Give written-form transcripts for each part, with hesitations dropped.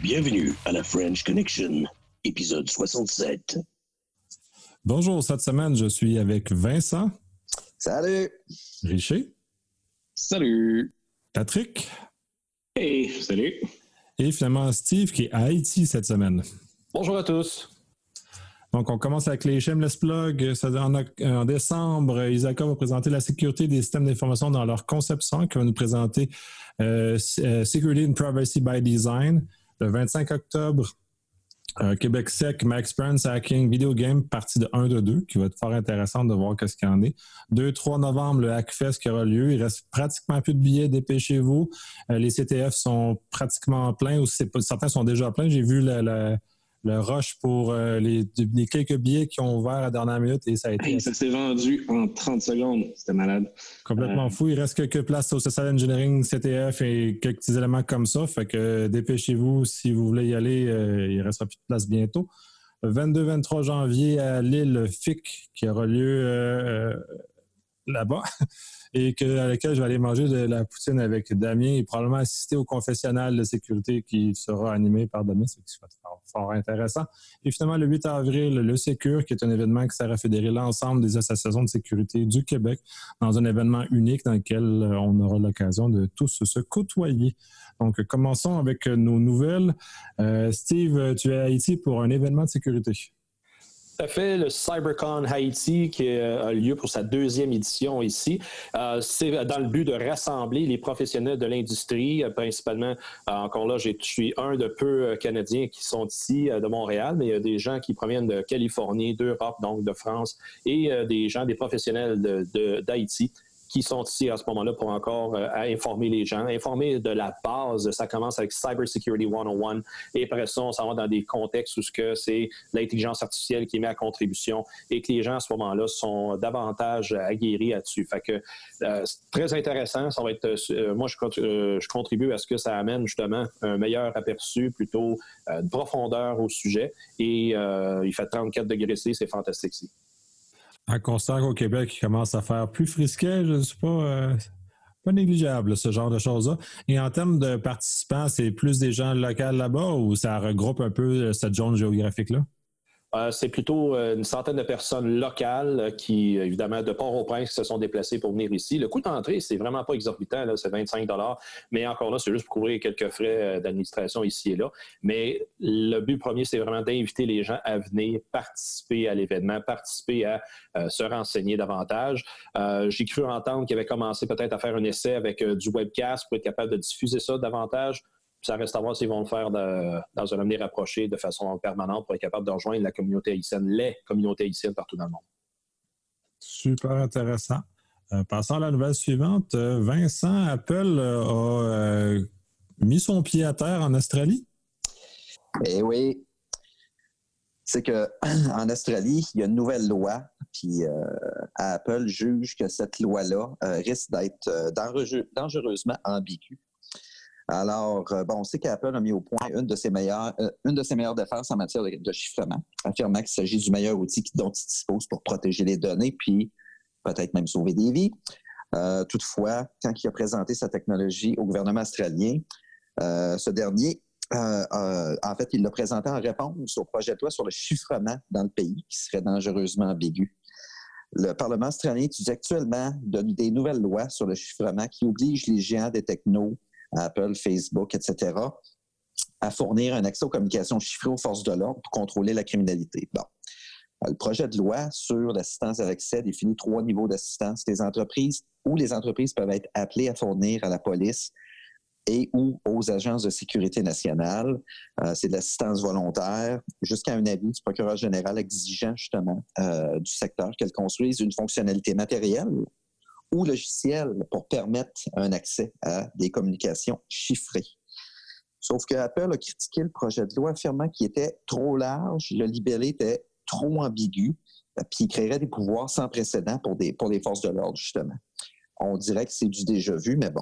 Bienvenue à la French Connection, épisode 67. Bonjour, cette semaine, je suis avec Vincent. Salut! Richer. Salut! Patrick. Hey, salut! Et finalement, Steve, qui est à Haïti cette semaine. Bonjour à tous! Donc, on commence avec les shameless plugs. En décembre, Isaka va présenter la sécurité des systèmes d'information dans leur conception, qui va nous présenter Security and Privacy by Design. Le 25 octobre, Québec Sec, Max Prince, Hacking, Video Game, partie de 1 de 2, qui va être fort intéressant de voir qu'est-ce qu'il y en est. 2-3 novembre, le Hackfest qui aura lieu. Il reste pratiquement plus de billets, dépêchez-vous. Les CTF sont pratiquement pleins, ou certains sont déjà pleins. J'ai vu le rush pour les quelques billets qui ont ouvert à la dernière minute et ça a été... Hey, ça s'est vendu en 30 secondes. C'était malade. Complètement fou. Il reste quelques places au Social Engineering, CTF et quelques petits éléments comme ça. Fait que dépêchez-vous si vous voulez y aller. Il ne restera plus de place bientôt. Le 22-23 janvier à Lille, FIC, qui aura lieu là-bas. Et à laquelle je vais aller manger de la poutine avec Damien et probablement assister au confessionnal de sécurité qui sera animé par Damien, ce qui va être fort intéressant. Et finalement, le 8 avril, le Sécure, qui est un événement qui sert à fédérer l'ensemble des associations de sécurité du Québec dans un événement unique dans lequel on aura l'occasion de tous se côtoyer. Donc, commençons avec nos nouvelles. Steve, tu es à Haïti pour un événement de sécurité. Ça fait le CyberCon Haïti qui a lieu pour sa deuxième édition ici. C'est dans le but de rassembler les professionnels de l'industrie, principalement, encore là, je suis un de peu Canadiens qui sont ici de Montréal, mais il y a des gens qui proviennent de Californie, d'Europe, donc de France, et des professionnels d'Haïti qui sont ici à ce moment-là pour encore informer les gens, informer de la base. Ça commence avec Cyber Security 101 et après ça, on s'en va dans des contextes où c'est l'intelligence artificielle qui est mise à contribution et que les gens à ce moment-là sont davantage aguerris là-dessus. Fait que c'est très intéressant. Ça va être, moi, je contribue à ce que ça amène justement un meilleur aperçu, plutôt de profondeur au sujet. Et il fait 34 degrés C, c'est fantastique ici. Un constat qu'au Québec, il commence à faire plus frisquet, je ne sais pas, pas négligeable, ce genre de choses-là. Et en termes de participants, c'est plus des gens locaux là-bas ou ça regroupe un peu cette zone géographique-là? C'est plutôt une centaine de personnes locales qui, évidemment, de Port-au-Prince, qui se sont déplacées pour venir ici. Le coût d'entrée, c'est vraiment pas exorbitant, là, c'est 25 $, mais encore là, c'est juste pour couvrir quelques frais d'administration ici et là. Mais le but premier, c'est vraiment d'inviter les gens à venir participer à l'événement, participer à se renseigner davantage. J'ai cru entendre qu'ils avaient commencé peut-être à faire un essai avec du webcast pour être capable de diffuser ça davantage. Ça reste à voir s'ils vont le faire dans un avenir rapproché de façon permanente pour être capable de rejoindre la communauté haïtienne, les communautés haïtiennes partout dans le monde. Super intéressant. Passons à la nouvelle suivante. Vincent, Apple a mis son pied à terre en Australie? Eh oui. C'est qu'en Australie, il y a une nouvelle loi, puis Apple juge que cette loi-là risque d'être dangereusement ambiguë. Alors, on sait qu'Apple a mis au point une de ses meilleures défenses en matière de chiffrement, affirmant qu'il s'agit du meilleur outil dont il dispose pour protéger les données, puis peut-être même sauver des vies. Toutefois, quand il a présenté sa technologie au gouvernement australien, ce dernier, en fait, il l'a présenté en réponse au projet de loi sur le chiffrement dans le pays, qui serait dangereusement ambigu. Le Parlement australien étudie actuellement des nouvelles lois sur le chiffrement qui obligent les géants des technos, Apple, Facebook, etc., à fournir un accès aux communications chiffrées aux forces de l'ordre pour contrôler la criminalité. Bon. Le projet de loi sur l'assistance à l'accès définit 3 niveaux d'assistance. Les entreprises peuvent être appelées à fournir à la police et ou aux agences de sécurité nationale. C'est de l'assistance volontaire jusqu'à un avis du procureur général exigeant justement du secteur qu'elle construise une fonctionnalité matérielle ou logiciel pour permettre un accès à des communications chiffrées. Sauf que Apple a critiqué le projet de loi affirmant qu'il était trop large, le libellé était trop ambigu, puis il créerait des pouvoirs sans précédent pour les forces de l'ordre, justement. On dirait que c'est du déjà vu, mais bon.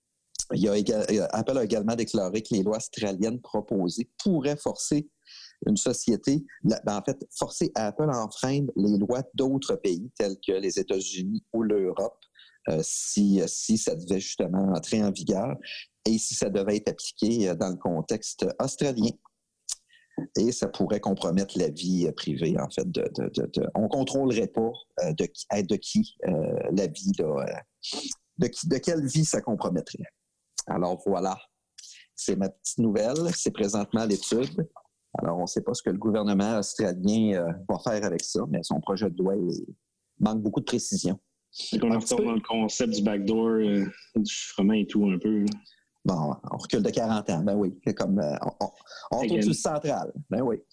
Apple a également déclaré que les lois australiennes proposées pourraient forcer une société, forcer Apple à enfreindre les lois d'autres pays tels que les États-Unis ou l'Europe si ça devait justement entrer en vigueur. et si ça devait être appliqué dans le contexte australien. Et ça pourrait compromettre la vie privée, en fait. On ne contrôlerait pas de qui la vie, là, de quelle vie ça compromettrait. Alors voilà, c'est ma petite nouvelle. C'est présentement à l'étude. Alors, on ne sait pas ce que le gouvernement australien va faire avec ça, mais son projet de loi manque beaucoup de précision. C'est qu'on retourne dans le concept du backdoor, du chiffrement et tout un peu. Là. Bon, on recule de 40 ans, ben oui. Comme, on retourne sur le central, ben oui.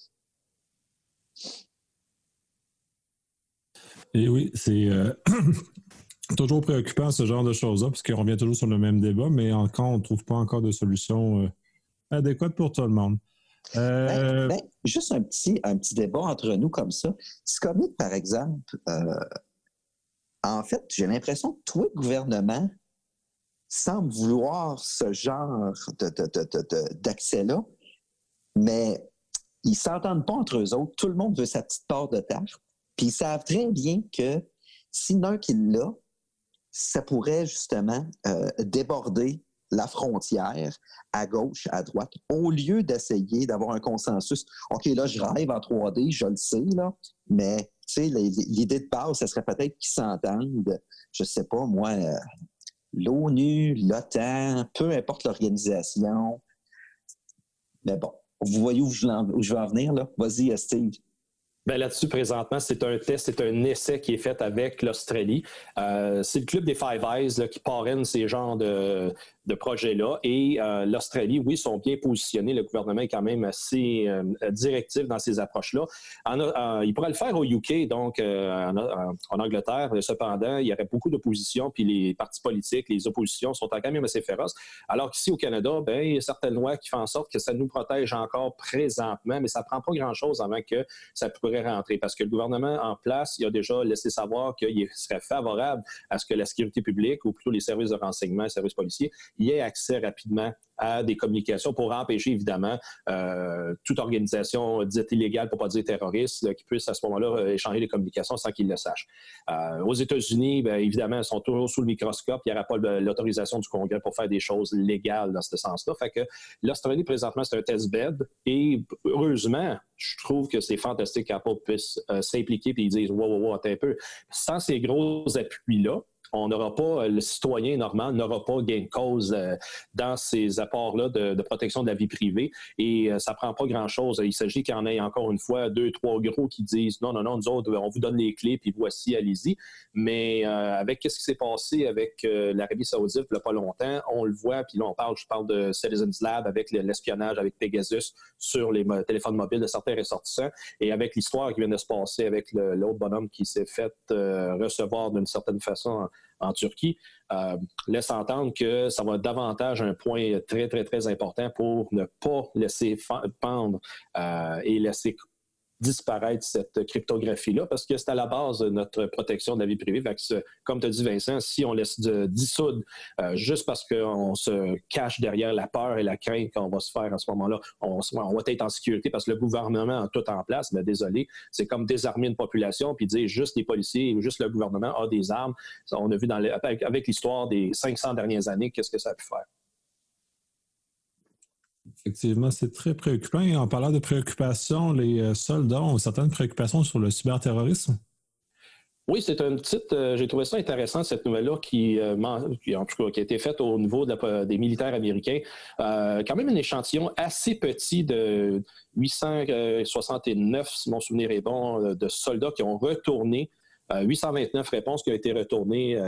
Et oui, c'est toujours préoccupant ce genre de choses-là, parce qu'on revient toujours sur le même débat, mais encore, on ne trouve pas encore de solution adéquate pour tout le monde. Juste un petit débat entre nous comme ça. Scomic, par exemple, en fait, j'ai l'impression que tout le gouvernement semble vouloir ce genre d'accès-là, mais ils ne s'entendent pas entre eux autres. Tout le monde veut sa petite part de tarte. Puis ils savent très bien que s'il y en a un qui l'a, ça pourrait justement déborder la frontière à gauche, à droite, au lieu d'essayer d'avoir un consensus. OK, là, je rêve en 3D, je le sais, là, mais tu sais, l'idée de base, ça serait peut-être qu'ils s'entendent, je sais pas, moi, l'ONU, l'OTAN, peu importe l'organisation. Mais bon, vous voyez où je veux en venir, là? Vas-y, Steve. Bien, là-dessus, présentement, c'est un test, c'est un essai qui est fait avec l'Australie. C'est le club des Five Eyes là, qui parraine ces genres de projets-là. Et l'Australie, oui, sont bien positionnés. Le gouvernement est quand même assez directif dans ces approches-là. Il pourrait le faire au UK, donc en Angleterre. Cependant, il y aurait beaucoup d'opposition, puis les partis politiques, les oppositions sont quand même assez féroces. Alors qu'ici, au Canada, bien, il y a certaines lois qui font en sorte que ça nous protège encore présentement, mais ça ne prend pas grand-chose avant que ça pourrait rentrer. Parce que le gouvernement en place, il a déjà laissé savoir qu'il serait favorable à ce que la sécurité publique, ou plutôt les services de renseignement, les services policiers, y ait accès rapidement à des communications pour empêcher, évidemment, toute organisation dite illégale, pour ne pas dire terroriste, là, qui puisse à ce moment-là échanger des communications sans qu'ils le sachent. Aux États-Unis, bien, évidemment, ils sont toujours sous le microscope. Il n'y aura pas l'autorisation du Congrès pour faire des choses légales dans ce sens-là. Fait que l'Australie, présentement, c'est un test-bed. Et heureusement, je trouve que c'est fantastique qu'Apple puisse s'impliquer et ils disent « Wow, attends un peu ». Sans ces gros appuis-là, on n'aura pas, le citoyen normand n'aura pas gain de cause dans ces apports-là de protection de la vie privée et ça ne prend pas grand-chose. Il s'agit qu'il y en ait encore une fois 2, 3 gros qui disent non, nous autres, on vous donne les clés puis voici, allez-y. Mais avec ce qui s'est passé avec l'Arabie Saoudite il n'y a pas longtemps, on le voit, puis là je parle de Citizens Lab avec l'espionnage avec Pegasus sur les téléphones mobiles de certains ressortissants et avec l'histoire qui vient de se passer avec l'autre bonhomme qui s'est fait recevoir d'une certaine façon en Turquie, laisse entendre que ça va être davantage un point très, très, très important pour ne pas laisser pendre et laisser disparaître cette cryptographie-là, parce que c'est à la base de notre protection de la vie privée. Fait que, comme tu as dit, Vincent, si on laisse dissoudre juste parce qu'on se cache derrière la peur et la crainte qu'on va se faire à ce moment-là, on va être en sécurité parce que le gouvernement a tout en place, mais désolé, c'est comme désarmer une population puis dire juste les policiers ou juste le gouvernement a des armes. On a vu avec l'histoire des 500 dernières années, qu'est-ce que ça a pu faire. Effectivement, c'est très préoccupant. Et en parlant de préoccupations, les soldats ont certaines préoccupations sur le cyberterrorisme. Oui, c'est une petite. J'ai trouvé ça intéressant, cette nouvelle-là, qui a été faite au niveau des militaires américains. Quand même un échantillon assez petit de 869, si mon souvenir est bon, de soldats qui ont retourné. 829 réponses qui ont été retournées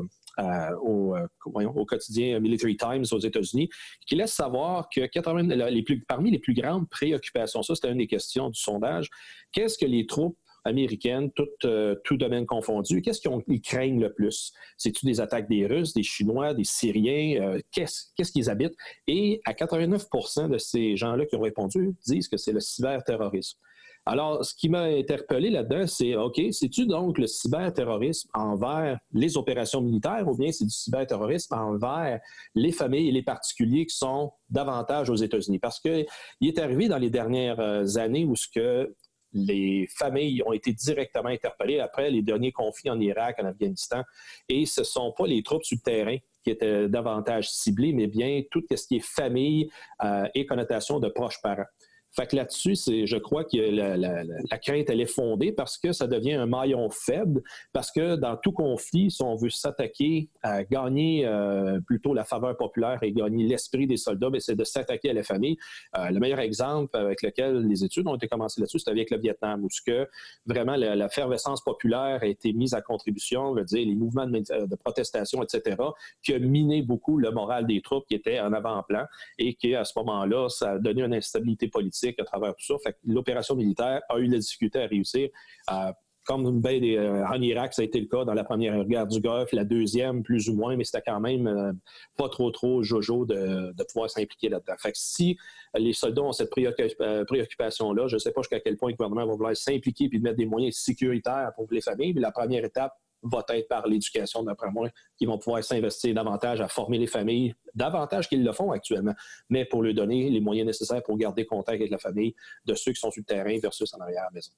au quotidien Military Times aux États-Unis, qui laisse savoir que parmi les plus grandes préoccupations, ça c'était une des questions du sondage, qu'est-ce que les troupes américaines, tout domaine confondu, qu'est-ce qu'ils craignent le plus? C'est-tu des attaques des Russes, des Chinois, des Syriens? Qu'est-ce qu'ils habitent? Et à 89% de ces gens-là qui ont répondu disent que c'est le cyberterrorisme. Alors, ce qui m'a interpellé là-dedans, c'est, OK, c'est-tu donc le cyberterrorisme envers les opérations militaires ou bien c'est du cyberterrorisme envers les familles et les particuliers qui sont davantage aux États-Unis? Parce qu'il est arrivé dans les dernières années où les familles ont été directement interpellées après les derniers conflits en Irak, en Afghanistan. Et ce ne sont pas les troupes sur le terrain qui étaient davantage ciblées, mais bien tout ce qui est famille et connotation de proches parents. Fait que là-dessus, je crois que la crainte, elle est fondée parce que ça devient un maillon faible, parce que dans tout conflit, si on veut s'attaquer à gagner plutôt la faveur populaire et gagner l'esprit des soldats, c'est de s'attaquer à la famille. Le meilleur exemple avec lequel les études ont été commencées là-dessus, c'est avec le Vietnam, où vraiment l'effervescence populaire a été mise à contribution, je veux dire, les mouvements de protestation, etc., qui a miné beaucoup le moral des troupes qui étaient en avant-plan et qui, à ce moment-là, ça a donné une instabilité politique à travers tout ça. Fait que l'opération militaire a eu la difficulté à réussir. Comme en Irak, ça a été le cas dans la première guerre du Golfe, la deuxième, plus ou moins, mais c'était quand même pas trop jojo de pouvoir s'impliquer là-dedans. Fait que si les soldats ont cette préoccupation-là, je ne sais pas jusqu'à quel point le gouvernement va vouloir s'impliquer et mettre des moyens sécuritaires pour les familles, mais la première étape va être par l'éducation, d'après moi, qui vont pouvoir s'investir davantage à former les familles, davantage qu'ils le font actuellement, mais pour leur donner les moyens nécessaires pour garder contact avec la famille de ceux qui sont sur le terrain versus en arrière à la maison.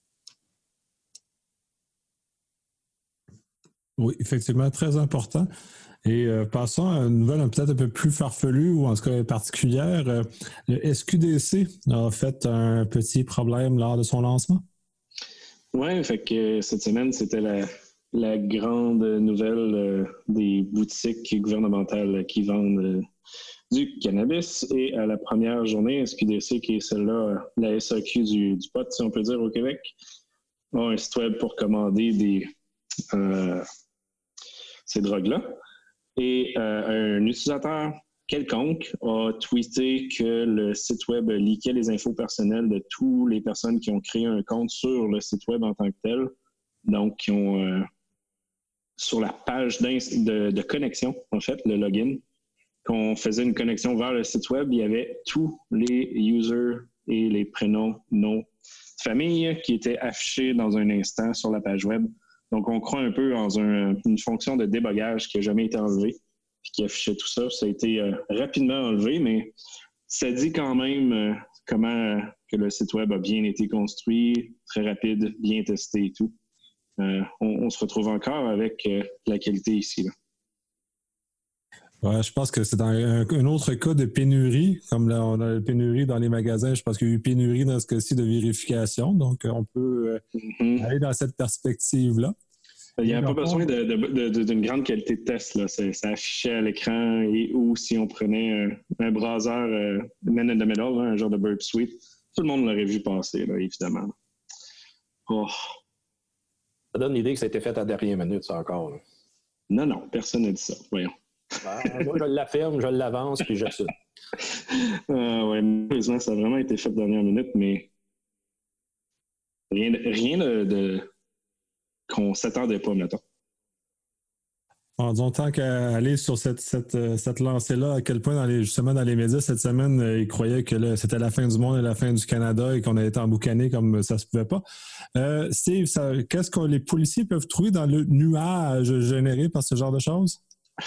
Oui, effectivement, très important. Et passons à une nouvelle peut-être un peu plus farfelue ou en tout cas particulière. Le SQDC a fait un petit problème lors de son lancement. Oui, fait que cette semaine, c'était la grande nouvelle des boutiques gouvernementales qui vendent du cannabis. Et à la première journée, SQDC, qui est celle-là, la SAQ du pot, si on peut dire, au Québec, a un site web pour commander ces drogues-là. Et un utilisateur quelconque a tweeté que le site web leakait les infos personnelles de toutes les personnes qui ont créé un compte sur le site web en tant que tel. Donc, qui ont... sur la page de connexion, en fait, le login, qu'on faisait une connexion vers le site web, il y avait tous les users et les prénoms, noms de famille qui étaient affichés dans un instant sur la page web. Donc, on croit un peu dans une fonction de débogage qui n'a jamais été enlevée et qui affichait tout ça. Ça a été rapidement enlevé, mais ça dit quand même comment que le site web a bien été construit, très rapide, bien testé et tout. On se retrouve encore avec la qualité ici. Là. Ouais, je pense que c'est dans un autre cas de pénurie, comme là, on a la pénurie dans les magasins, je pense qu'il y a eu pénurie dans ce cas-ci de vérification, donc on peut aller dans cette perspective-là. Il n'y a pas besoin d'une grande qualité de test. Là. Ça affichait à l'écran ou si on prenait un browser man in the middle, là, un genre de burp suite, tout le monde l'aurait vu passer, là, évidemment. Oh. Ça donne l'idée que ça a été fait à la dernière minute, ça encore. Là. Non, personne n'a dit ça. Voyons. Moi, je l'affirme, je l'avance, puis j'assume. Oui, malheureusement, ça a vraiment été fait à la dernière minute, mais rien de qu'on ne s'attendait pas, mettons. En disant tant qu'à aller sur cette lancée-là, à quel point justement dans les médias cette semaine, ils croyaient que c'était la fin du monde et la fin du Canada et qu'on allait être emboucané comme ça se pouvait pas. Steve, qu'est-ce que les policiers peuvent trouver dans le nuage généré par ce genre de choses?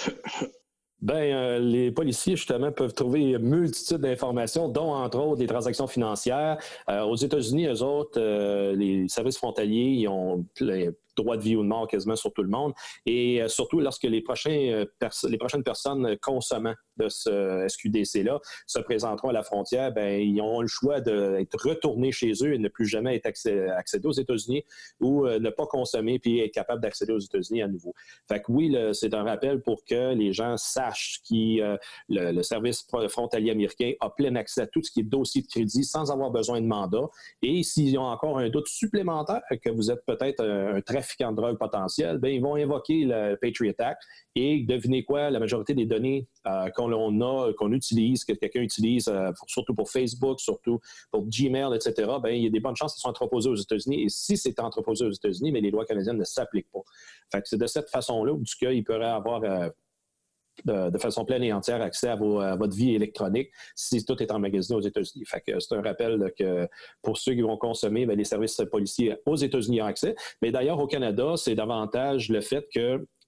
Les policiers, justement, peuvent trouver une multitude d'informations, dont, entre autres, des transactions financières. Aux États-Unis, eux autres, les services frontaliers, ils ont droit de vie ou de mort quasiment sur tout le monde. Et surtout, lorsque les prochaines personnes consommant de ce SQDC-là se présenteront à la frontière, ils auront le choix d'être retournés chez eux et ne plus jamais être accéder aux États-Unis ou ne pas consommer puis être capable d'accéder aux États-Unis à nouveau. Fait que oui, c'est un rappel pour que les gens sachent que le service frontalier américain a plein accès à tout ce qui est dossier de crédit sans avoir besoin de mandat. Et s'ils ont encore un doute supplémentaire que vous êtes peut-être un trafiquant de drogue potentiel, ils vont invoquer le Patriot Act et devinez quoi, la majorité des données qu'on utilise, que quelqu'un utilise, surtout pour Facebook, surtout pour Gmail, etc., il y a des bonnes chances qu'ils soient entreposés aux États-Unis. Et si c'est entreposé aux États-Unis, mais les lois canadiennes ne s'appliquent pas. Fait que c'est de cette façon-là où il pourrait avoir de façon pleine et entière accès à votre vie électronique si tout est emmagasiné aux États-Unis. Fait que c'est un rappel que pour ceux qui vont consommer, les services policiers aux États-Unis ont accès. Mais d'ailleurs, au Canada, c'est davantage le fait que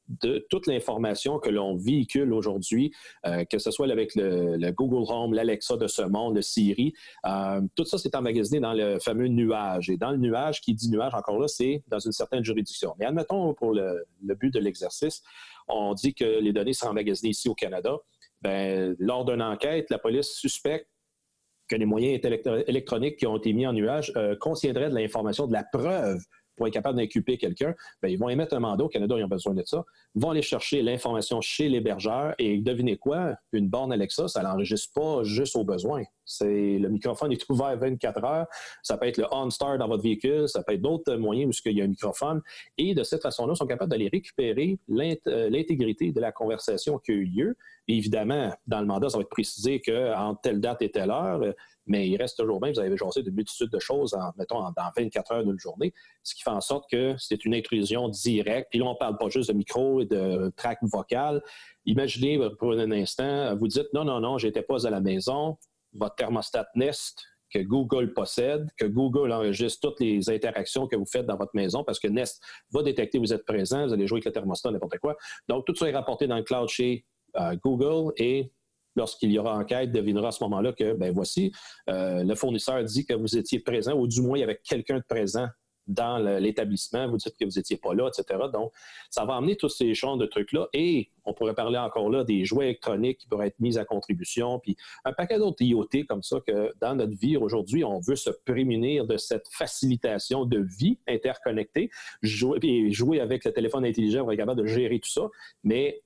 de toute l'information que l'on véhicule aujourd'hui, que ce soit avec le Google Home, l'Alexa de ce monde, le Siri, tout ça, c'est emmagasiné dans le fameux nuage. Et dans le nuage, qui dit nuage, encore là, c'est dans une certaine juridiction. Mais admettons, pour le but de l'exercice, on dit que les données sont emmagasinées ici au Canada. Bien, lors d'une enquête, la police suspecte que les moyens électroniques qui ont été mis en nuage contiendraient de l'information, de la preuve pour être capable d'inculper quelqu'un. Bien, ils vont émettre un mandat. Au Canada, ils ont besoin de ça. Ils vont aller chercher l'information chez l'hébergeur et devinez quoi? Une borne Alexa, ça ne l'enregistre pas juste au besoin. Le microphone est ouvert 24 heures. Ça peut être le OnStar dans votre véhicule. Ça peut être d'autres moyens où il y a un microphone. Et de cette façon-là, ils sont capables d'aller récupérer l'intégrité de la conversation qui a eu lieu. Et évidemment, dans le mandat, ça va être précisé qu'entre telle date et telle heure, mais il reste toujours bien, vous avez jasé de multitudes de choses, dans 24 heures d'une journée, ce qui fait en sorte que c'est une intrusion directe. Puis là, on ne parle pas juste de micro et de track vocal. Imaginez pour un instant, vous dites non, j'étais pas à la maison, votre thermostat Nest que Google possède, que Google enregistre toutes les interactions que vous faites dans votre maison parce que Nest va détecter que vous êtes présent, vous allez jouer avec le thermostat, n'importe quoi. Donc, tout ça est rapporté dans le cloud chez Google et lorsqu'il y aura enquête, devinera à ce moment-là que, ben voici, le fournisseur dit que vous étiez présent ou du moins il y avait quelqu'un de présent dans l'établissement, vous dites que vous n'étiez pas là, etc. Donc, ça va amener tous ces champs de trucs-là et on pourrait parler encore là des jouets électroniques qui pourraient être mis à contribution, puis un paquet d'autres IoT comme ça que dans notre vie aujourd'hui, on veut se prémunir de cette facilitation de vie interconnectée, jouer avec le téléphone intelligent, on va être capable de gérer tout ça, mais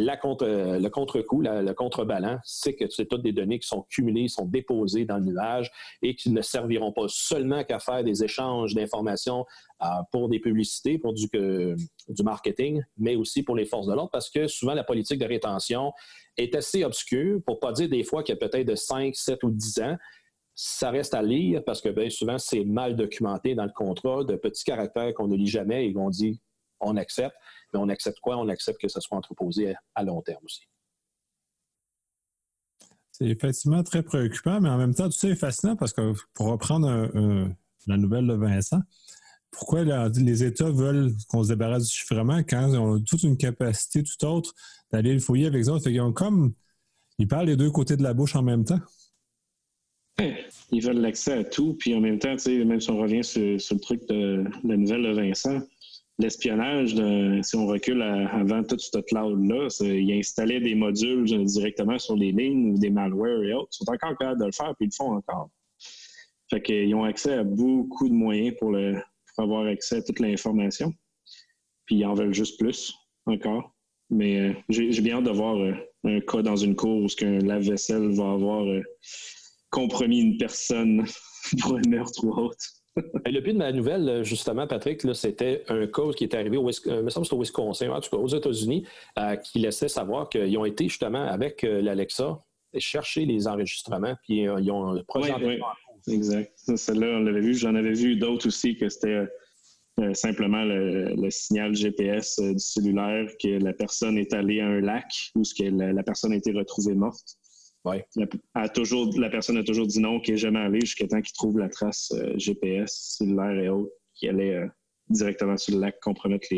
le contre-coup, le contrebalan, c'est que c'est toutes des données qui sont cumulées, sont déposées dans le nuage et qui ne serviront pas seulement qu'à faire des échanges d'informations pour des publicités, pour du marketing, mais aussi pour les forces de l'ordre, parce que souvent la politique de rétention est assez obscure, pour ne pas dire des fois qu'il y a peut-être de 5, 7 ou 10 ans. Ça reste à lire parce que bien souvent c'est mal documenté dans le contrat, de petits caractères qu'on ne lit jamais et qu'on dit on accepte. Mais on accepte quoi? On accepte que ça soit entreposé à long terme aussi. C'est effectivement très préoccupant, mais en même temps, tu sais, c'est fascinant parce que pour reprendre la nouvelle de Vincent, pourquoi les États veulent qu'on se débarrasse du chiffrement quand ils ont toute une capacité tout autre d'aller le fouiller avec les autres? Ils parlent les deux côtés de la bouche en même temps. Ils veulent l'accès à tout, puis en même temps, même si on revient sur le truc de la nouvelle de Vincent, l'espionnage, si on recule avant tout ce cloud-là, il installait des modules directement sur les lignes ou des malwares et autres. Ils sont encore capables de le faire, puis ils le font encore. Fait qu'ils ont accès à beaucoup de moyens pour avoir accès à toute l'information. Puis ils en veulent juste plus, encore. Mais j'ai bien hâte de voir un cas dans une cour où un lave-vaisselle va avoir compromis une personne pour un meurtre ou autre. Le but de ma nouvelle, justement, Patrick, là, c'était un cas qui est arrivé me semble que c'est au Wisconsin, en tout cas aux États-Unis, qui laissait savoir qu'ils ont été justement avec l'Alexa chercher les enregistrements, puis ils ont présenté. Oui, exact. Celle-là, on l'avait vu. J'en avais vu d'autres aussi que c'était simplement le signal GPS du cellulaire, que la personne est allée à un lac où la personne a été retrouvée morte. Ouais. La personne a toujours dit non, qu'elle n'est jamais allée jusqu'à temps qu'il trouve la trace GPS, cellulaire et autres, qui allait directement sur le lac compromettre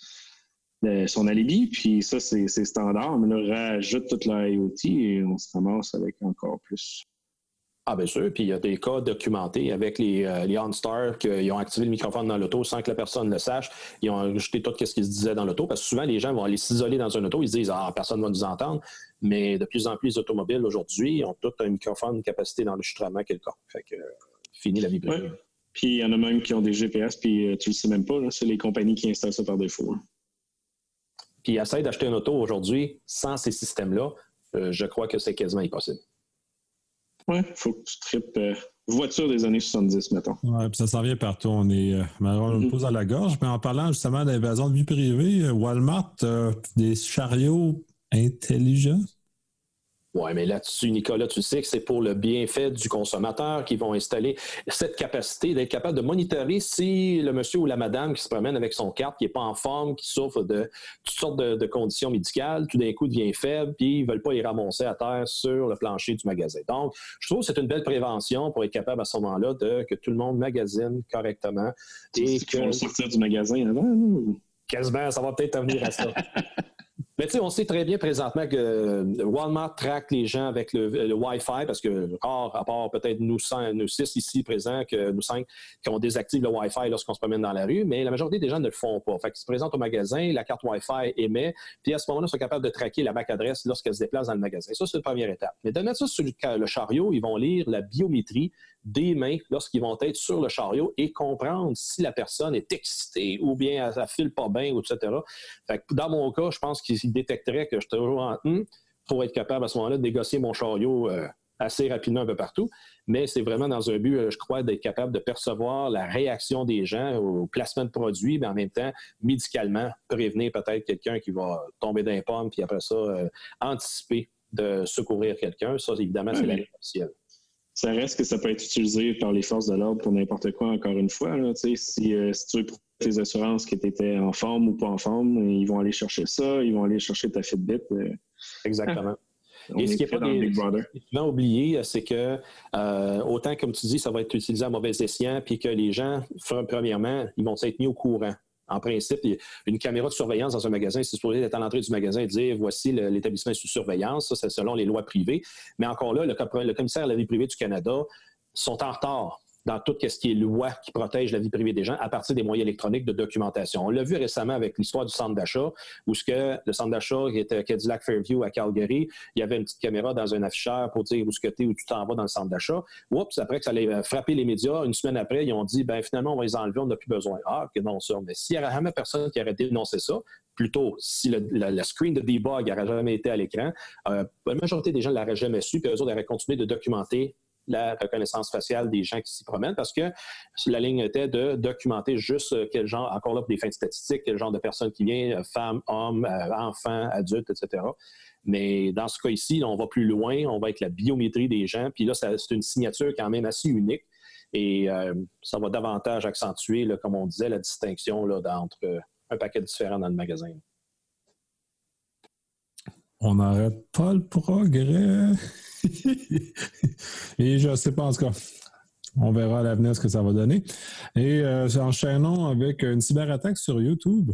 son alibi. Puis ça, c'est standard. Mais là, rajoute toute la IoT et on se ramasse avec encore plus. Ah, bien sûr. Puis il y a des cas documentés avec les OnStar qui ont activé le microphone dans l'auto sans que la personne le sache. Ils ont ajouté tout ce qui se disait dans l'auto parce que souvent, les gens vont aller s'isoler dans un auto. Ils se disent « Ah, personne ne va nous entendre ». Mais de plus en plus, les automobiles aujourd'hui ont tout un microphone, une capacité d'enregistrement quelconque. Fait que fini la vie privée. Ouais. Puis il y en a même qui ont des GPS, puis tu le sais même pas. Là, c'est les compagnies qui installent ça par défaut. Hein. Puis essayer d'acheter une auto aujourd'hui sans ces systèmes-là, je crois que c'est quasiment impossible. Oui, il faut que tu tripes voiture des années 70, mettons. Oui, puis ça s'en vient partout. On nous pose à la gorge. Mais en parlant justement d'invasion de vie privée, Walmart, des chariots intelligents. Oui, mais là-dessus, Nicolas, tu sais que c'est pour le bienfait du consommateur qu'ils vont installer cette capacité d'être capable de monitorer si le monsieur ou la madame qui se promène avec son carte, qui n'est pas en forme, qui souffre de toutes sortes de conditions médicales, tout d'un coup devient faible, puis ils ne veulent pas les ramasser à terre sur le plancher du magasin. Donc, je trouve que c'est une belle prévention pour être capable à ce moment-là que tout le monde magasine correctement. Et qu'ils vont le sortir du magasin avant, ou? Quasiment, ça va peut-être venir à ça. Mais tu sais, on sait très bien présentement que Walmart traque les gens avec le Wi-Fi, parce que rare, à part peut-être nous 6 ici présents, que nous 5, qu'on désactive le Wi-Fi lorsqu'on se promène dans la rue, mais la majorité des gens ne le font pas. Fait qu'ils se présentent au magasin, la carte Wi-Fi émet, puis à ce moment-là, ils sont capables de traquer la MAC adresse lorsqu'elle se déplace dans le magasin. Ça, c'est la première étape. Mais de mettre ça sur le chariot, ils vont lire la biométrie des mains lorsqu'ils vont être sur le chariot et comprendre si la personne est excitée ou bien elle ne file pas bien, etc. Fait que dans mon cas, je pense qu'ils détecteraient que je suis toujours en pour être capable à ce moment-là de négocier mon chariot assez rapidement un peu partout. Mais c'est vraiment dans un but, je crois, d'être capable de percevoir la réaction des gens au placement de produits, mais en même temps, médicalement, prévenir peut-être quelqu'un qui va tomber dans les pommes, puis après ça, anticiper de secourir quelqu'un. Ça, évidemment, c'est la officielle. Ça reste que ça peut être utilisé par les forces de l'ordre pour n'importe quoi, encore une fois. Là, si tu veux prouver tes assurances que tu étais en forme ou pas en forme, ils vont aller chercher ça, ils vont aller chercher ta Fitbit. Exactement. Et ce qui est pas souvent oublié, c'est que autant, comme tu dis, ça va être utilisé à mauvais escient, puis que les gens, premièrement, ils vont être mis au courant. En principe, une caméra de surveillance dans un magasin, c'est supposé être à l'entrée du magasin et dire voici l'établissement est sous surveillance, ça c'est selon les lois privées. Mais encore là, le commissaire à la vie privée du Canada sont en retard dans tout ce qui est loi qui protège la vie privée des gens à partir des moyens électroniques de documentation. On l'a vu récemment avec l'histoire du centre d'achat, où le centre d'achat qui était Cadillac Fairview à Calgary, il y avait une petite caméra dans un afficheur pour dire où tu es, où tu t'en vas dans le centre d'achat. Oups, après que ça allait frapper les médias, une semaine après, ils ont dit, finalement, on va les enlever, on n'a plus besoin. Ah, que non, ça. Mais s'il n'y avait jamais personne qui aurait dénoncé ça, plutôt, si le screen de debug n'aurait jamais été à l'écran, la majorité des gens ne l'auraient jamais su, puis eux autres auraient continué de documenter la reconnaissance faciale des gens qui s'y promènent, parce que la ligne était de documenter juste quel genre, encore là pour des fins de statistiques, quel genre de personnes qui viennent, femmes, hommes, enfants, adultes, etc. Mais dans ce cas ici, on va plus loin, on va avec la biométrie des gens, puis là, c'est une signature quand même assez unique, et ça va davantage accentuer, là, comme on disait, la distinction là, entre un paquet différent dans le magasin. On n'arrête pas le progrès. Et je ne sais pas, en tout cas, on verra à l'avenir ce que ça va donner. Et enchaînons avec une cyberattaque sur YouTube.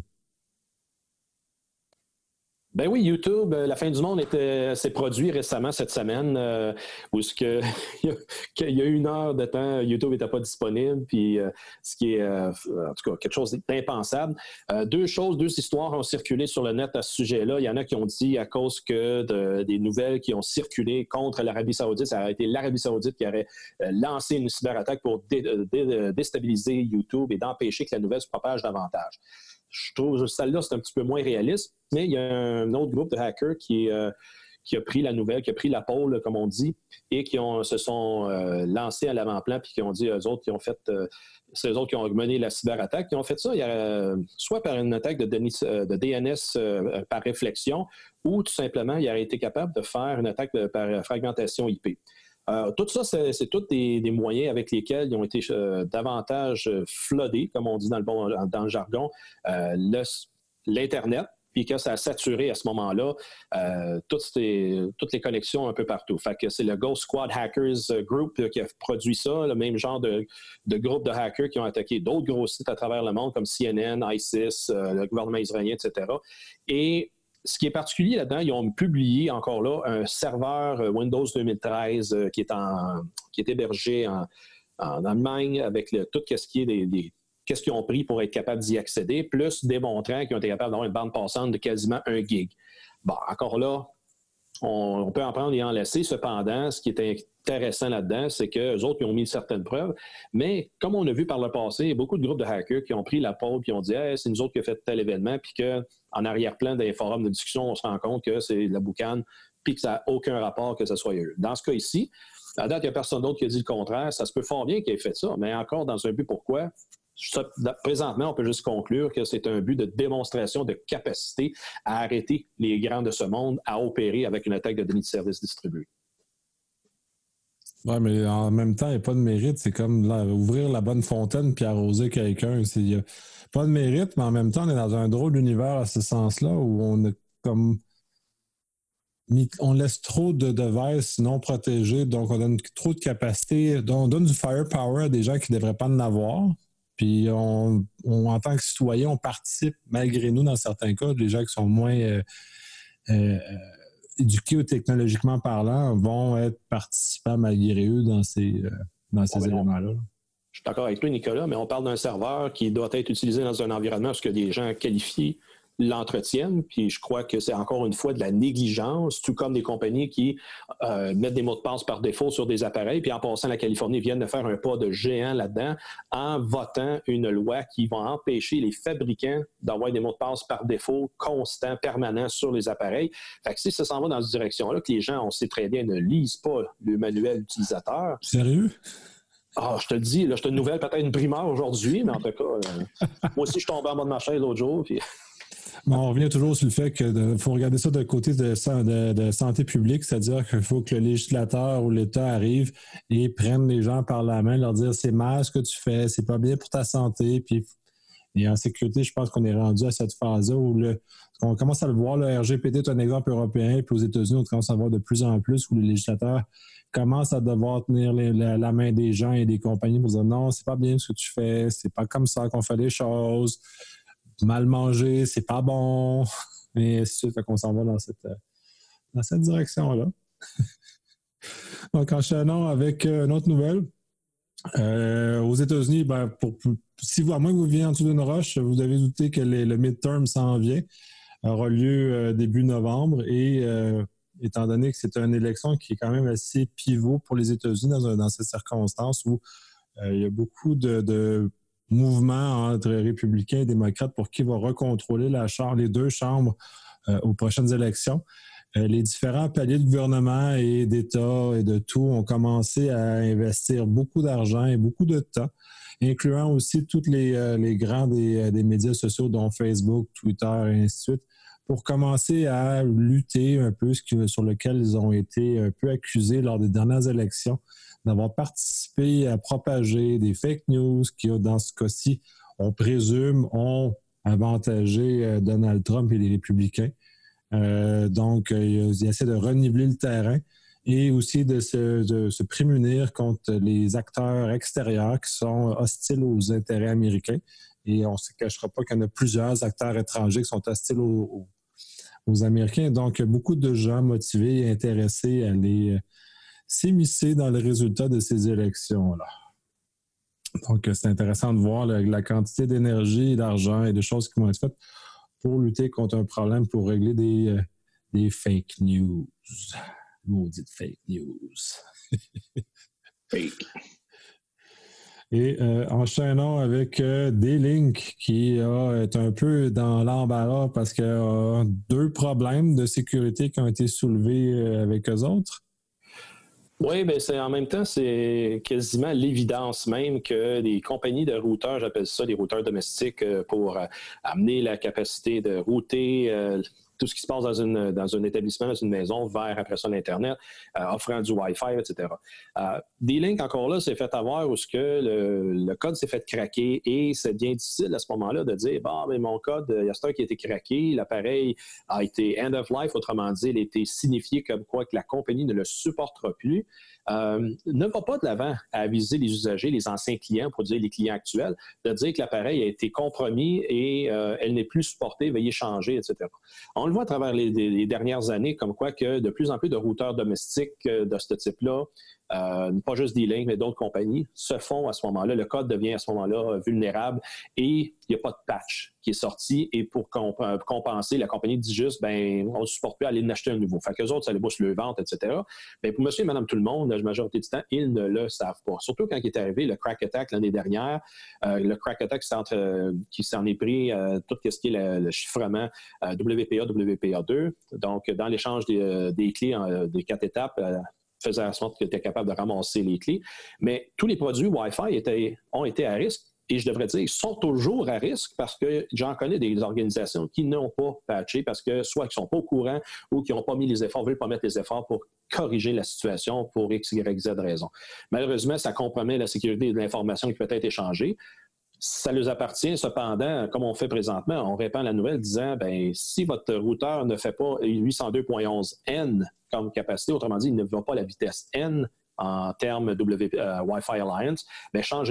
Ben oui, YouTube, la fin du monde s'est produit récemment cette semaine où il y a 1 heure de temps, YouTube n'était pas disponible, puis ce qui est en tout cas quelque chose d'impensable. Deux histoires ont circulé sur le net à ce sujet-là. Il y en a qui ont dit à cause que des nouvelles qui ont circulé contre l'Arabie Saoudite, ça aurait été l'Arabie Saoudite qui aurait lancé une cyberattaque pour déstabiliser YouTube et d'empêcher que la nouvelle se propage davantage. Je trouve que celle-là, c'est un petit peu moins réaliste, mais il y a un autre groupe de hackers qui a pris la nouvelle, qui a pris la pôle, comme on dit, et qui se sont lancés à l'avant-plan, puis qui ont dit, eux autres, c'est eux autres qui ont mené la cyberattaque, qui ont fait ça soit par une attaque de DNS par réflexion, ou tout simplement, ils auraient été capables de faire une attaque par fragmentation IP. Tout ça, c'est tous des moyens avec lesquels ils ont été davantage floodés, comme on dit dans le jargon, l'Internet, puis que ça a saturé à ce moment-là toutes les connexions un peu partout. Fait que c'est le Ghost Squad Hackers Group qui a produit ça, le même genre de groupe de hackers qui ont attaqué d'autres gros sites à travers le monde, comme CNN, ISIS, le gouvernement israélien, etc. Et ce qui est particulier là-dedans, ils ont publié encore là un serveur Windows 2013 qui est hébergé en Allemagne avec tout ce qui est qu'est-ce qu'ils ont pris pour être capables d'y accéder, plus démontrant qu'ils ont été capables d'avoir une bande passante de quasiment 1 gig. Bon, encore là, on peut en prendre et en laisser. Cependant, ce qui est intéressant là-dedans, c'est qu'eux autres, ils ont mis certaines preuves. Mais comme on a vu par le passé, il y a beaucoup de groupes de hackers qui ont pris la pôle et qui ont dit hey, c'est nous autres qui avons fait tel événement, puis qu'en arrière-plan des forums de discussion, on se rend compte que c'est de la boucane, puis que ça n'a aucun rapport que ce soit eux. Dans ce cas ici, à date, il n'y a personne d'autre qui a dit le contraire. Ça se peut fort bien qu'ils aient fait ça, mais encore dans un but pourquoi? Présentement, on peut juste conclure que c'est un but de démonstration de capacité à arrêter les grands de ce monde à opérer avec une attaque de déni de service distribué. Oui, mais en même temps, il n'y a pas de mérite. C'est comme ouvrir la bonne fontaine puis arroser quelqu'un. Il n'y a pas de mérite, mais en même temps, on est dans un drôle d'univers à ce sens-là où on a comme... On laisse trop de devices non protégés, donc on donne trop de capacité. On donne du firepower à des gens qui ne devraient pas en avoir. puis en tant que citoyen, on participe malgré nous dans certains cas. Les gens qui sont moins éduqués ou technologiquement parlant vont être participants malgré eux dans ces éléments-là. Je suis d'accord avec toi, Nicolas, mais on parle d'un serveur qui doit être utilisé dans un environnement où des gens qualifiés l'entretiennent, puis je crois que c'est encore une fois de la négligence, tout comme des compagnies qui mettent des mots de passe par défaut sur des appareils, puis en passant, la Californie vient de faire un pas de géant là-dedans en votant une loi qui va empêcher les fabricants d'avoir des mots de passe par défaut constants, permanents sur les appareils. Fait que si ça s'en va dans cette direction-là, que les gens, on sait très bien, ne lisent pas le manuel utilisateur. Sérieux? Ah, je te le dis, là, je te nouvelle peut-être une primeur aujourd'hui, mais en tout cas, moi aussi, je suis tombé en bas de ma chaise l'autre jour, puis... Bon, on revient toujours sur le fait qu'il faut regarder ça d'un côté de santé publique, c'est-à-dire qu'il faut que le législateur ou l'État arrive et prenne les gens par la main, leur dire c'est mal ce que tu fais, c'est pas bien pour ta santé. Puis, et en sécurité, je pense qu'on est rendu à cette phase-là où on commence à le voir, le RGPD est un exemple européen, puis aux États-Unis, on commence à voir de plus en plus où le législateur commence à devoir tenir la main des gens et des compagnies pour dire non, c'est pas bien ce que tu fais, c'est pas comme ça qu'on fait les choses. Mal manger, c'est pas bon. Mais c'est sûr qu'on s'en va dans cette direction-là. Donc, enchaînons avec une autre nouvelle. Aux États-Unis, à moins que vous veniez en dessous d'une roche, vous avez douté que le midterm s'en vient, aura lieu début novembre. Et étant donné que c'est une élection qui est quand même assez pivot pour les États-Unis dans ces circonstances où il y a beaucoup de mouvement entre républicains et démocrates pour qui va recontrôler les deux chambres aux prochaines élections. Les différents paliers de gouvernement et d'État et de tout ont commencé à investir beaucoup d'argent et beaucoup de temps, incluant aussi tous les grands des médias sociaux, dont Facebook, Twitter et ainsi de suite, pour commencer à lutter un peu sur lequel ils ont été un peu accusés lors des dernières élections, d'avoir participé à propager des fake news qui, dans ce cas-ci, on présume, ont avantagé Donald Trump et les républicains. Donc, ils essaient de reniveler le terrain et aussi de se prémunir contre les acteurs extérieurs qui sont hostiles aux intérêts américains. Et on ne se cachera pas qu'il y en a plusieurs acteurs étrangers qui sont hostiles aux Américains. Donc, beaucoup de gens motivés et intéressés à aller s'immiscer dans le résultat de ces élections-là. Donc, c'est intéressant de voir la quantité d'énergie, d'argent et de choses qui vont être faites pour lutter contre un problème, pour régler des fake news. Maudites fake news. Fake. Et enchaînons avec D-Link qui est un peu dans l'embarras parce qu'il y a 2 problèmes de sécurité qui ont été soulevés avec eux autres. Oui, bien, en même temps, c'est quasiment l'évidence même que des compagnies de routeurs, j'appelle ça des routeurs domestiques, pour amener la capacité de router tout ce qui se passe dans un établissement, dans une maison, vers après ça l'Internet, offrant du Wi-Fi, etc. D-Link, encore là, s'est fait avoir où le code s'est fait craquer et c'est bien difficile à ce moment-là de dire mais mon code, il y a ce qui a été craqué, l'appareil a été end of life, autrement dit, il a été signifié comme quoi que la compagnie ne le supportera plus. Ne va pas de l'avant à aviser les usagers, les anciens clients, pour dire les clients actuels, de dire que l'appareil a été compromis et elle n'est plus supportée, veuillez changer, etc. On le voit à travers les dernières années, comme quoi que de plus en plus de routeurs domestiques de ce type-là, pas juste D-Link, mais d'autres compagnies, se font à ce moment-là. Le code devient à ce moment-là vulnérable et il n'y a pas de patch qui est sorti. Et pour compenser, la compagnie dit juste, on ne supporte plus aller en acheter un nouveau. Fait qu'eux autres, ça les bouche le ventre, etc. Mais pour monsieur et madame tout le monde, la majorité du temps, ils ne le savent pas. Surtout quand il est arrivé le crack attack l'année dernière. Le crack attack qui s'en est pris tout ce qui est le chiffrement WPA, WPA2. Donc, dans l'échange des clés des 4 étapes, faisait en sorte que tu es capable de ramasser les clés. Mais tous les produits Wi-Fi ont été à risque. Et je devrais dire, ils sont toujours à risque parce que j'en connais des organisations qui n'ont pas patché parce que soit qu'ils ne sont pas au courant ou qui n'ont pas mis les efforts, ne veulent pas mettre les efforts pour corriger la situation pour X, Y, Z raison. Malheureusement, ça compromet la sécurité de l'information qui peut être échangée. Ça leur appartient. Cependant, comme on fait présentement, on répand la nouvelle disant, si votre routeur ne fait pas 802.11n comme capacité, autrement dit, il ne va pas la vitesse N en termes Wi-Fi Alliance, changez-le.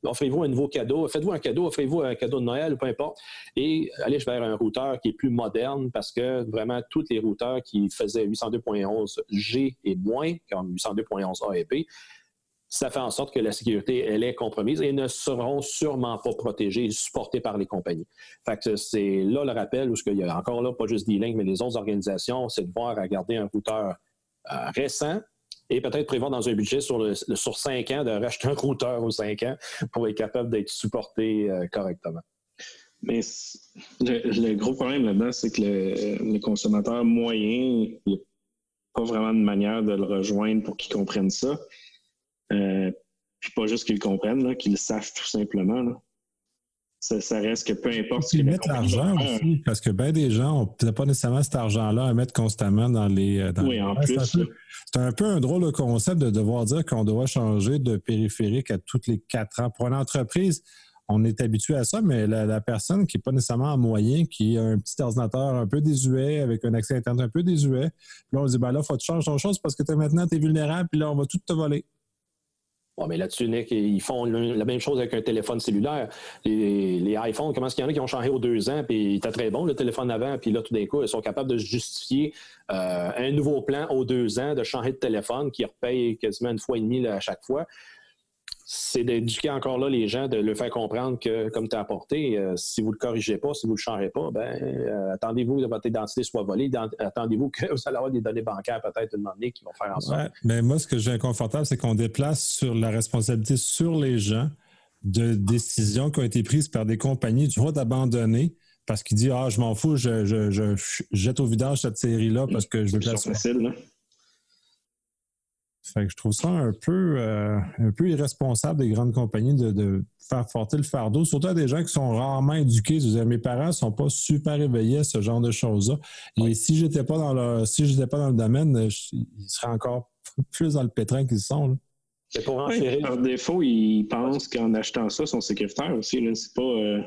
offrez-vous un nouveau cadeau, faites-vous un cadeau, offrez-vous un cadeau de Noël ou peu importe, et allez vers un routeur qui est plus moderne parce que vraiment tous les routeurs qui faisaient 802.11G et moins, comme 802.11A et B, ça fait en sorte que la sécurité, elle est compromise et ne seront sûrement pas protégés et supportés par les compagnies. Fait que c'est là le rappel où il y a encore là, pas juste D-Link, mais les autres organisations, c'est de voir à garder un routeur récent et peut-être prévoir dans un budget sur 5 ans de racheter un routeur aux 5 ans pour être capable d'être supporté correctement. Mais le gros problème là-dedans, c'est que le consommateur moyen, il n'y a pas vraiment de manière de le rejoindre pour qu'il comprenne ça. Puis pas juste qu'ils le comprennent, là, qu'ils le sachent tout simplement. Là. Ça reste que peu importe ce qu'ils mettent l'argent aussi, parce que bien des gens n'ont peut-être pas nécessairement cet argent-là à mettre constamment dans les... oui, en plus. C'est un peu un drôle de concept de devoir dire qu'on doit changer de périphérique à tous les 4 ans. Pour une entreprise, on est habitué à ça, mais la personne qui n'est pas nécessairement en moyen, qui a un petit ordinateur un peu désuet, avec un accès Internet un peu désuet, là, on dit, ben là, il faut que tu changes ton chose parce que maintenant, tu es vulnérable, puis là, on va tout te voler. Bon, mais là-dessus, Nick, ils font la même chose avec un téléphone cellulaire. Les iPhones, comment est-ce qu'il y en a qui ont changé aux 2 ans, puis il était très bon, le téléphone avant, puis là, tout d'un coup, ils sont capables de justifier un nouveau plan aux 2 ans, de changer de téléphone, qui repaye quasiment 1,5 fois à chaque fois. C'est d'éduquer encore là les gens, de leur faire comprendre que, comme tu as apporté, si vous ne le corrigez pas, si vous ne le changez pas, attendez-vous que votre identité soit volée, attendez-vous que vous allez avoir des données bancaires peut-être une année qui vont faire en sorte. Ouais, mais moi, ce que j'ai inconfortable, c'est qu'on déplace sur la responsabilité sur les gens de décisions qui ont été prises par des compagnies du droit d'abandonner parce qu'ils disent « Ah, je m'en fous, je jette au vidange cette série-là parce que je veux que ça soit facile, là. » Fait que je trouve ça un peu irresponsable des grandes compagnies de faire porter le fardeau, surtout à des gens qui sont rarement éduqués. Je veux dire, mes parents ne sont pas super éveillés à ce genre de choses-là. Et si j'étais pas dans le domaine, ils seraient encore plus dans le pétrin qu'ils sont. Là. C'est pour enchérir. Par défaut, ils pensent qu'en achetant ça, ils sont sécuritaires aussi. Là. C'est pas...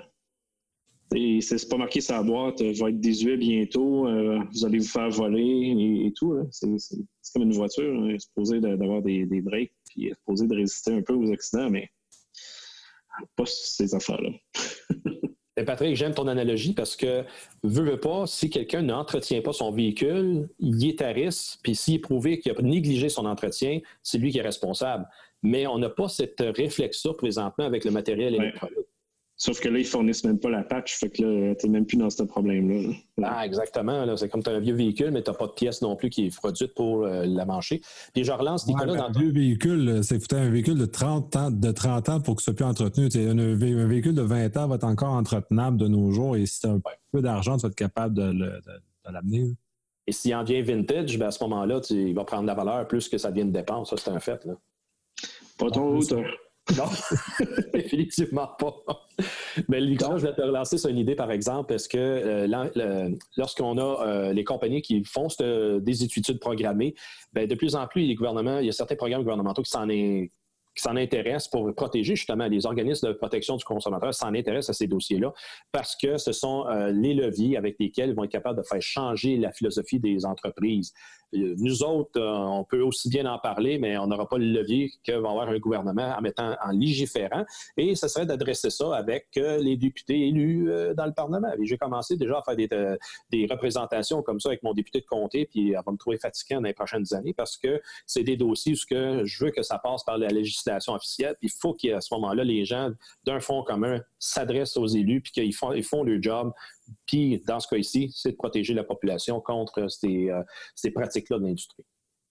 c'est pas marqué sur la boîte, va être désuet bientôt, vous allez vous faire voler et tout. Là. C'est comme une voiture, on est supposé d'avoir des breaks, puis supposé de résister un peu aux accidents, mais pas ces affaires-là. Et Patrick, j'aime ton analogie parce que, veux pas, si quelqu'un n'entretient pas son véhicule, il est à risque, puis s'il est prouvé qu'il a négligé son entretien, c'est lui qui est responsable. Mais on n'a pas cette réflexe-là présentement avec le matériel électronique. Sauf que là, ils fournissent même pas la patch, fait que là, t'es même plus dans ce problème-là. Ah, exactement. Là. C'est comme tu as un vieux véhicule, mais tu n'as pas de pièce non plus qui est produite pour la mancher. Puis je relance Nicolas dans un vieux véhicule, c'est un véhicule de 30 ans pour que ce soit plus entretenu. Un véhicule de 20 ans va être encore entretenable de nos jours et si tu as un peu d'argent, tu vas être capable de l'amener. Et s'il en vient vintage, ben à ce moment-là, il va prendre de la valeur plus que ça devient une dépense. Ça, c'est un fait. Là. Pas ton hauteur. Non, définitivement pas. Mais Nicolas, je vais te relancer sur une idée, par exemple. Est-ce que lorsqu'on a les compagnies qui font des études programmées, bien, de plus en plus, il y a certains programmes gouvernementaux qui s'en intéressent pour protéger justement les organismes de protection du consommateur, s'en intéressent à ces dossiers-là parce que ce sont les leviers avec lesquels ils vont être capables de faire changer la philosophie des entreprises. Nous autres, on peut aussi bien en parler, mais on n'aura pas le levier que va avoir un gouvernement en légiférant. Et ce serait d'adresser ça avec les députés élus dans le Parlement. Et j'ai commencé déjà à faire des représentations comme ça avec mon député de comté, puis elle va me trouver fatiguant dans les prochaines années parce que c'est des dossiers où je veux que ça passe par la législation officielle. Puis il faut qu'à ce moment-là, les gens d'un fonds commun s'adressent aux élus puis qu'ils font leur job. Puis, dans ce cas ici, c'est de protéger la population contre ces pratiques-là de l'industrie.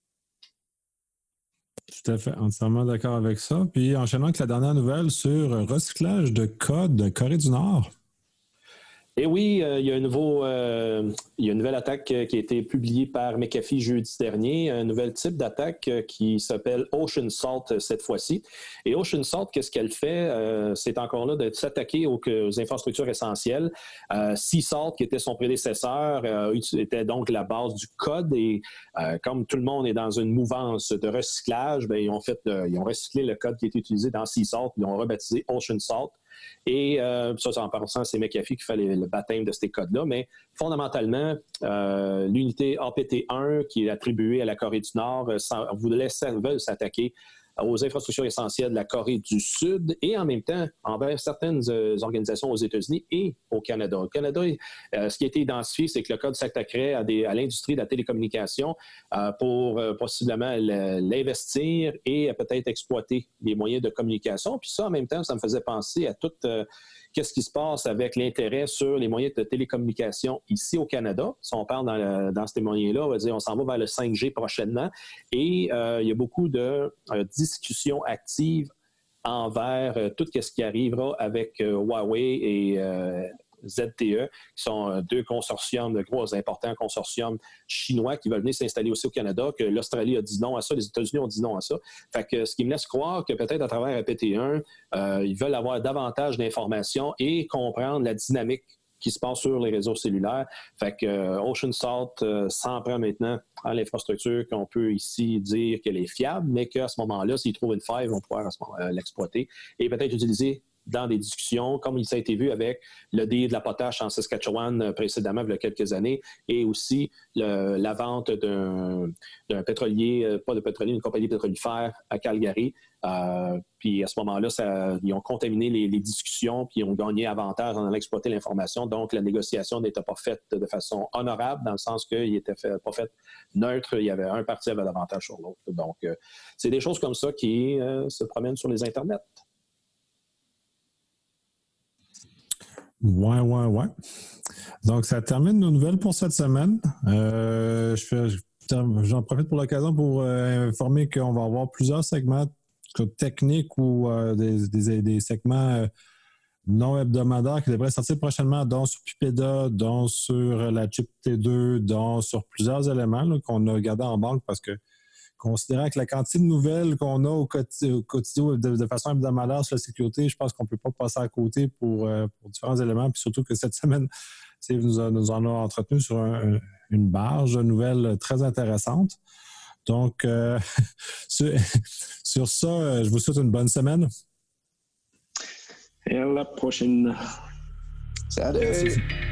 Tout à fait, entièrement d'accord avec ça. Puis, enchaînant avec la dernière nouvelle sur recyclage de code de Corée du Nord. Et oui, il y a une nouvelle attaque qui a été publiée par McAfee jeudi dernier, un nouvel type d'attaque qui s'appelle Ocean Salt cette fois-ci. Et Ocean Salt, qu'est-ce qu'elle fait? C'est encore là de s'attaquer aux infrastructures essentielles. Sea Salt, qui était son prédécesseur, était donc la base du code. Et comme tout le monde est dans une mouvance de recyclage, bien, ils ont recyclé le code qui était utilisé dans Sea Salt, ils l'ont rebaptisé Ocean Salt. Et ça, en passant, c'est McAfee qui fait le baptême de ces codes-là. Mais fondamentalement, l'unité APT-1 qui est attribuée à la Corée du Nord veulent s'attaquer aux infrastructures essentielles de la Corée du Sud et en même temps envers certaines organisations aux États-Unis et au Canada. Au Canada, ce qui a été identifié, c'est que le code s'attaquerait à l'industrie de la télécommunication pour possiblement l'investir et peut-être exploiter les moyens de communication. Puis ça, en même temps, ça me faisait penser à tout qu'est-ce qui se passe avec l'intérêt sur les moyens de télécommunication ici au Canada. Si on parle dans ces moyens-là, on va dire on s'en va vers le 5G prochainement et il y a beaucoup de discussions actives envers tout ce qui arrivera avec Huawei et ZTE, qui sont deux consortiums, de gros importants consortiums chinois qui veulent venir s'installer aussi au Canada, que l'Australie a dit non à ça, les États-Unis ont dit non à ça. Fait que ce qui me laisse croire que peut-être à travers APT1, ils veulent avoir davantage d'informations et comprendre la dynamique qui se passe sur les réseaux cellulaires. Fait que OceanSalt s'en prend maintenant à l'infrastructure qu'on peut ici dire qu'elle est fiable, mais qu'à ce moment-là, s'ils trouvent une faille, ils vont pouvoir l'exploiter et peut-être utiliser dans des discussions, comme ça a été vu avec le deal de la potache en Saskatchewan précédemment, il y a quelques années, et aussi la vente d'un pétrolier, pas de pétrolier, une compagnie pétrolifère à Calgary. Puis à ce moment-là, ils ont contaminé les discussions, puis ils ont gagné avantage en allant exploiter l'information. Donc, la négociation n'était pas faite de façon honorable, dans le sens qu'il n'était pas fait neutre. Il y avait un parti avait l'avantage sur l'autre. Donc, c'est des choses comme ça qui se promènent sur les Internets. Ouais. Donc, ça termine nos nouvelles pour cette semaine. J'en profite pour l'occasion pour informer qu'on va avoir plusieurs segments techniques ou des segments non hebdomadaires qui devraient sortir prochainement, dont sur Pipeda, dont sur la chip T2, dont sur plusieurs éléments là, qu'on a gardés en banque parce que considérant que la quantité de nouvelles qu'on a au quotidien de façon hebdomadaire sur la sécurité, je pense qu'on ne peut pas passer à côté pour différents éléments. Puis surtout que cette semaine, nous en a entretenu sur une barge de nouvelles très intéressante. Donc, sur ça, je vous souhaite une bonne semaine. Et à la prochaine. Salut!